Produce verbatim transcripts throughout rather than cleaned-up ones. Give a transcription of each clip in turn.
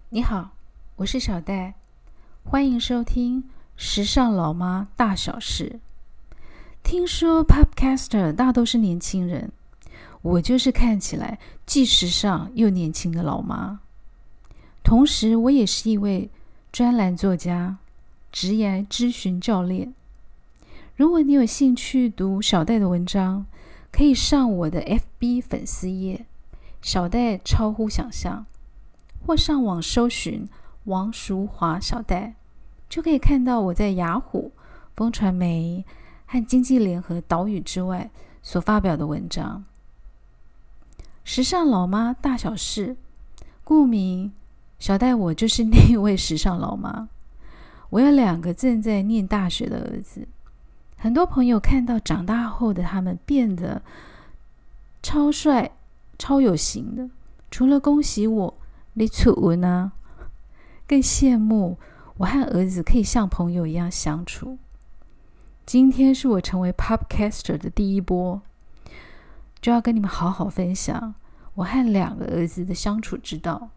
你好，我是小戴，欢迎收听时尚老妈大小事。听说 Podcaster 大都是年轻人，我就是看起来既时尚又年轻的老妈。同时，我也是一位专栏作家、职业咨询教练。如果你有兴趣读小戴的文章，可以上我的 F B 粉丝页小戴超乎想象，或上网搜寻王淑华小戴，就可以看到我在雅虎、风传媒和经济联合岛屿之外所发表的文章。时尚老妈大小事，顾名，小戴我就是那一位时尚老妈。我有两个正在念大学的儿子，很多朋友看到长大后的他们变得超帅、超有型的，除了恭喜我你出文啊，更羡慕我和儿子可以像朋友一样相处。今天是我成为 Podcaster 的第一波，就要跟你们好好分享我和两个儿子的相处之道。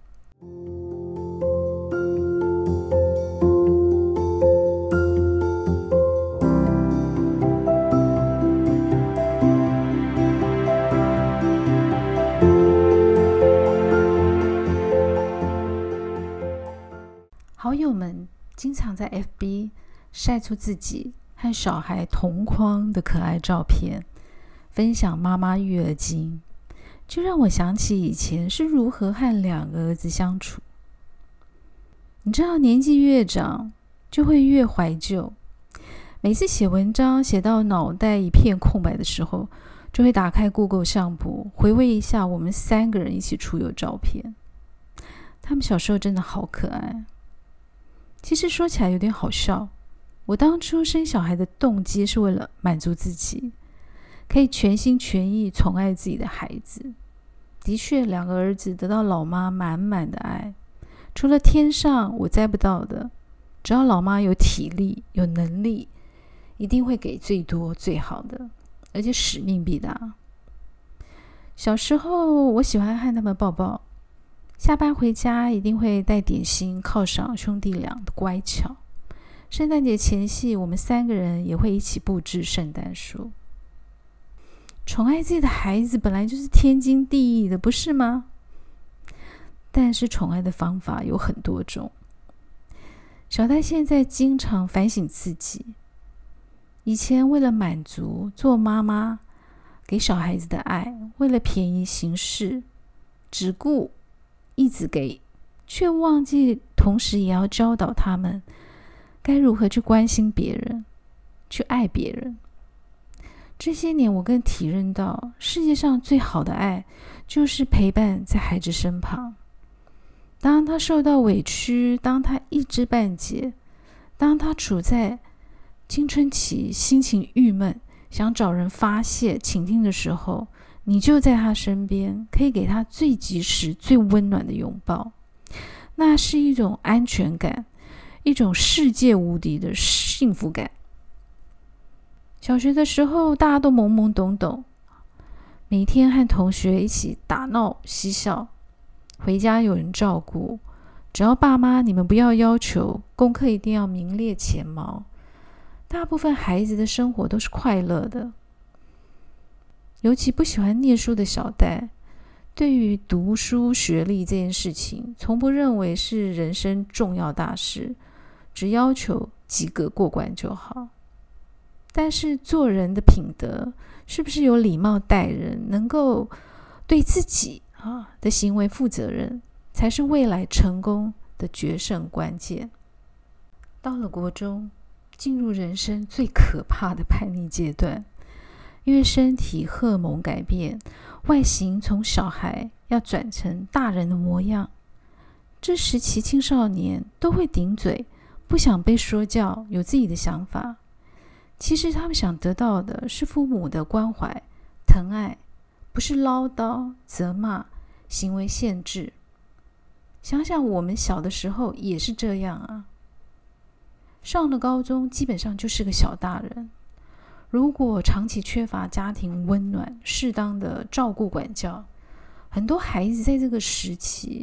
好友们经常在 F B 晒出自己和小孩同框的可爱照片，分享妈妈育儿经，就让我想起以前是如何和两个儿子相处。你知道年纪越长就会越怀旧，每次写文章写到脑袋一片空白的时候，就会打开 Google 相簿回味一下我们三个人一起出游照片。他们小时候真的好可爱。其实说起来有点好笑，我当初生小孩的动机是为了满足自己，可以全心全意宠爱自己的孩子。的确，两个儿子得到老妈满满的爱，除了天上我摘不到的，只要老妈有体力有能力，一定会给最多最好的，而且使命必达。小时候我喜欢和他们抱抱，下班回家一定会带点心犒赏兄弟俩的乖巧。圣诞节前夕，我们三个人也会一起布置圣诞树。宠爱自己的孩子本来就是天经地义的，不是吗？但是宠爱的方法有很多种。小戴现在经常反省自己，以前为了满足做妈妈给小孩子的爱，为了便宜行事，只顾一直给，却忘记同时也要教导他们该如何去关心别人，去爱别人。这些年我更体认到，世界上最好的爱就是陪伴在孩子身旁。当他受到委屈，当他一知半解，当他处在青春期心情郁闷，想找人发泄倾听的时候，你就在他身边，可以给他最及时最温暖的拥抱。那是一种安全感，一种世界无敌的幸福感。小学的时候大家都懵懵懂懂，每天和同学一起打闹嬉笑，回家有人照顾，只要爸妈你们不要要求功课一定要名列前茅，大部分孩子的生活都是快乐的。尤其不喜欢念书的小戴，对于读书学历这件事情从不认为是人生重要大事，只要求及格过关就好。但是做人的品德，是不是有礼貌待人，能够对自己、啊、的行为负责任，才是未来成功的决胜关键。到了国中，进入人生最可怕的叛逆阶段，因为身体荷尔蒙改变，外形从小孩要转成大人的模样。这时期青少年都会顶嘴，不想被说教，有自己的想法。其实他们想得到的是父母的关怀、疼爱，不是唠叨、责骂、行为限制。想想我们小的时候也是这样啊。上了高中基本上就是个小大人，如果长期缺乏家庭温暖、适当的照顾管教，很多孩子在这个时期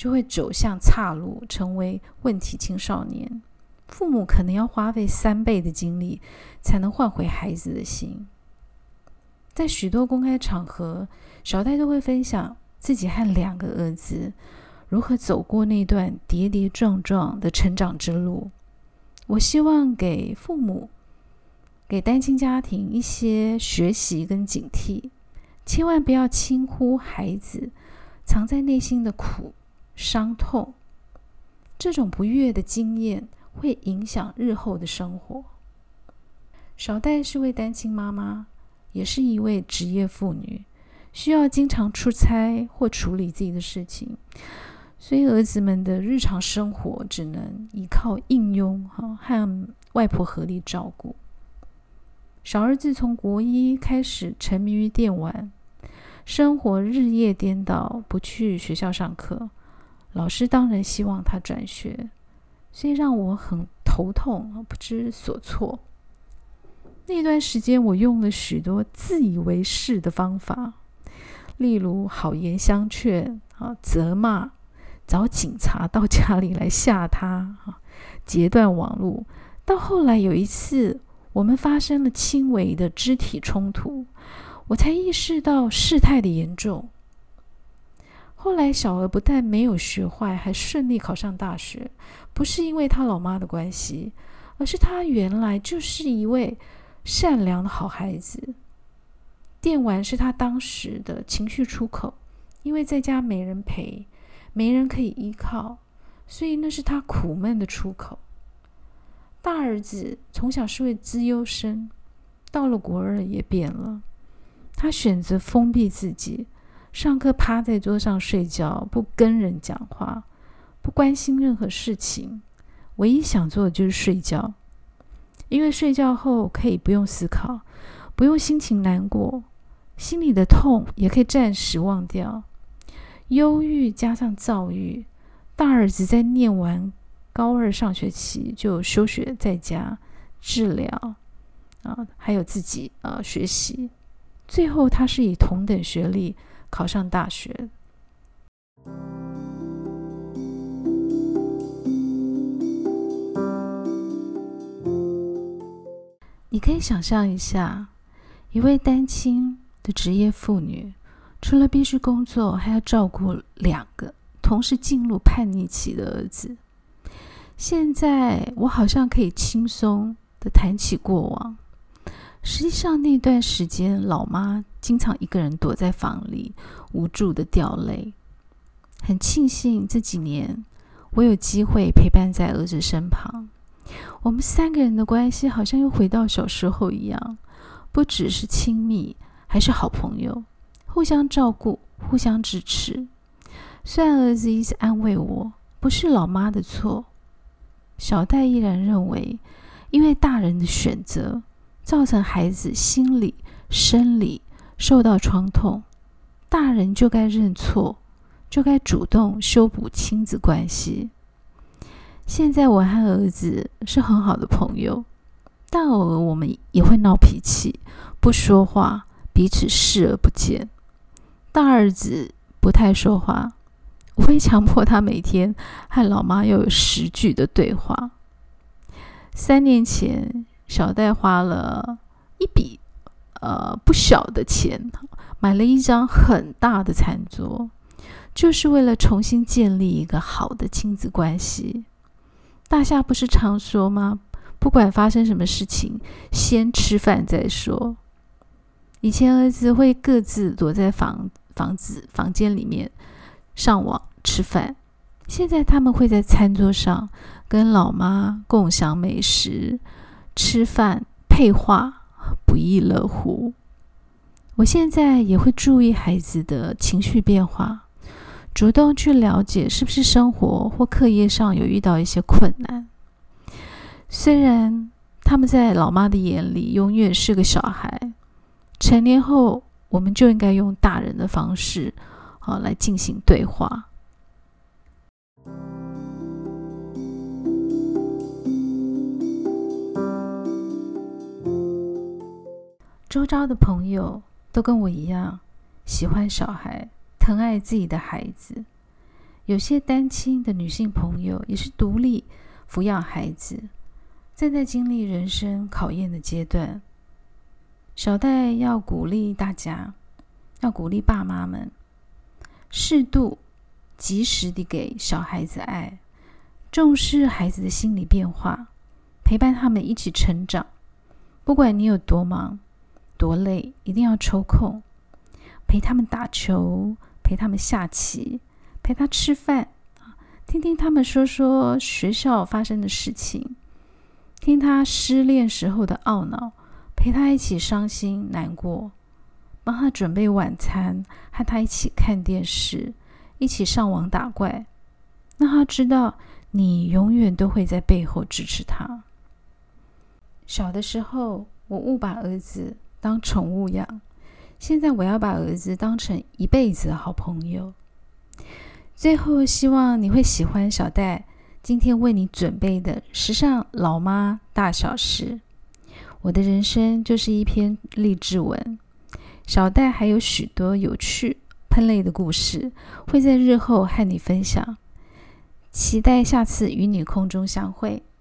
就会走向岔路，成为问题青少年。父母可能要花费三倍的精力才能换回孩子的心。在许多公开场合，小戴都会分享自己和两个儿子如何走过那段跌跌撞撞的成长之路。我希望给父母、给单亲家庭一些学习跟警惕，千万不要轻忽孩子藏在内心的苦、伤痛。这种不悦的经验会影响日后的生活。小戴是位单亲妈妈，也是一位职业妇女，需要经常出差或处理自己的事情，所以儿子们的日常生活只能依靠应佣和外婆合力照顾。小儿子从国一开始沉迷于电玩，生活日夜颠倒，不去学校上课，老师当然希望他转学，所以让我很头痛，不知所措。那段时间我用了许多自以为是的方法，例如好言相劝、责骂、找警察到家里来吓他、截断网络。到后来有一次我们发生了轻微的肢体冲突，我才意识到事态的严重。后来小儿不但没有学坏，还顺利考上大学，不是因为他老妈的关系，而是他原来就是一位善良的好孩子。电玩是他当时的情绪出口，因为在家没人陪，没人可以依靠，所以那是他苦闷的出口。大儿子从小是位资优生，到了国二也变了，他选择封闭自己，上课趴在桌上睡觉，不跟人讲话，不关心任何事情，唯一想做的就是睡觉。因为睡觉后可以不用思考，不用心情难过，心里的痛也可以暂时忘掉。忧郁加上躁郁，大儿子在念完高二上学期就休学在家治疗、啊、还有自己、啊、学习，最后他是以同等学历考上大学。你可以想象一下，一位单亲的职业妇女，除了必须工作，还要照顾两个同时进入叛逆期的儿子。现在我好像可以轻松地谈起过往，实际上那段时间老妈经常一个人躲在房里无助地掉泪。很庆幸这几年我有机会陪伴在儿子身旁，我们三个人的关系好像又回到小时候一样，不只是亲密，还是好朋友，互相照顾，互相支持。虽然儿子一直安慰我不是老妈的错，小戴依然认为因为大人的选择造成孩子心理、生理受到创痛，大人就该认错，就该主动修补亲子关系。现在我和儿子是很好的朋友，但偶尔我们也会闹脾气，不说话，彼此视而不见。大儿子不太说话，我会强迫他每天和老妈要有十句的对话。三年前，小戴花了一笔呃不小的钱，买了一张很大的餐桌，就是为了重新建立一个好的亲子关系。大夏不是常说吗？不管发生什么事情，先吃饭再说。以前儿子会各自躲在房房子房间里面上网吃饭，现在他们会在餐桌上跟老妈共享美食，吃饭配话，不亦乐乎。我现在也会注意孩子的情绪变化，主动去了解是不是生活或课业上有遇到一些困难。虽然他们在老妈的眼里永远是个小孩，成年后我们就应该用大人的方式、啊、来进行对话。周遭的朋友都跟我一样喜欢小孩，疼爱自己的孩子， 有些单亲的女性朋友也是独立抚养孩子，正在经历人生考验的阶段。小戴要鼓励大家，要鼓励爸妈们，适度、及时地给小孩子爱，重视孩子的心理变化，陪伴他们一起成长。不管你有多忙、多累，一定要抽空陪他们打球，陪他们下棋，陪他吃饭，听听他们说说学校发生的事情，听他失恋时候的懊恼，陪他一起伤心难过，帮他准备晚餐，和他一起看电视，一起上网打怪，让他知道你永远都会在背后支持他。小的时候，我误把儿子当宠物养，现在我要把儿子当成一辈子的好朋友。最后，希望你会喜欢小戴今天为你准备的时尚老妈大小事。我的人生就是一篇励志文，小戴还有许多有趣喷泪的故事，会在日后和你分享。期待下次与你空中相会。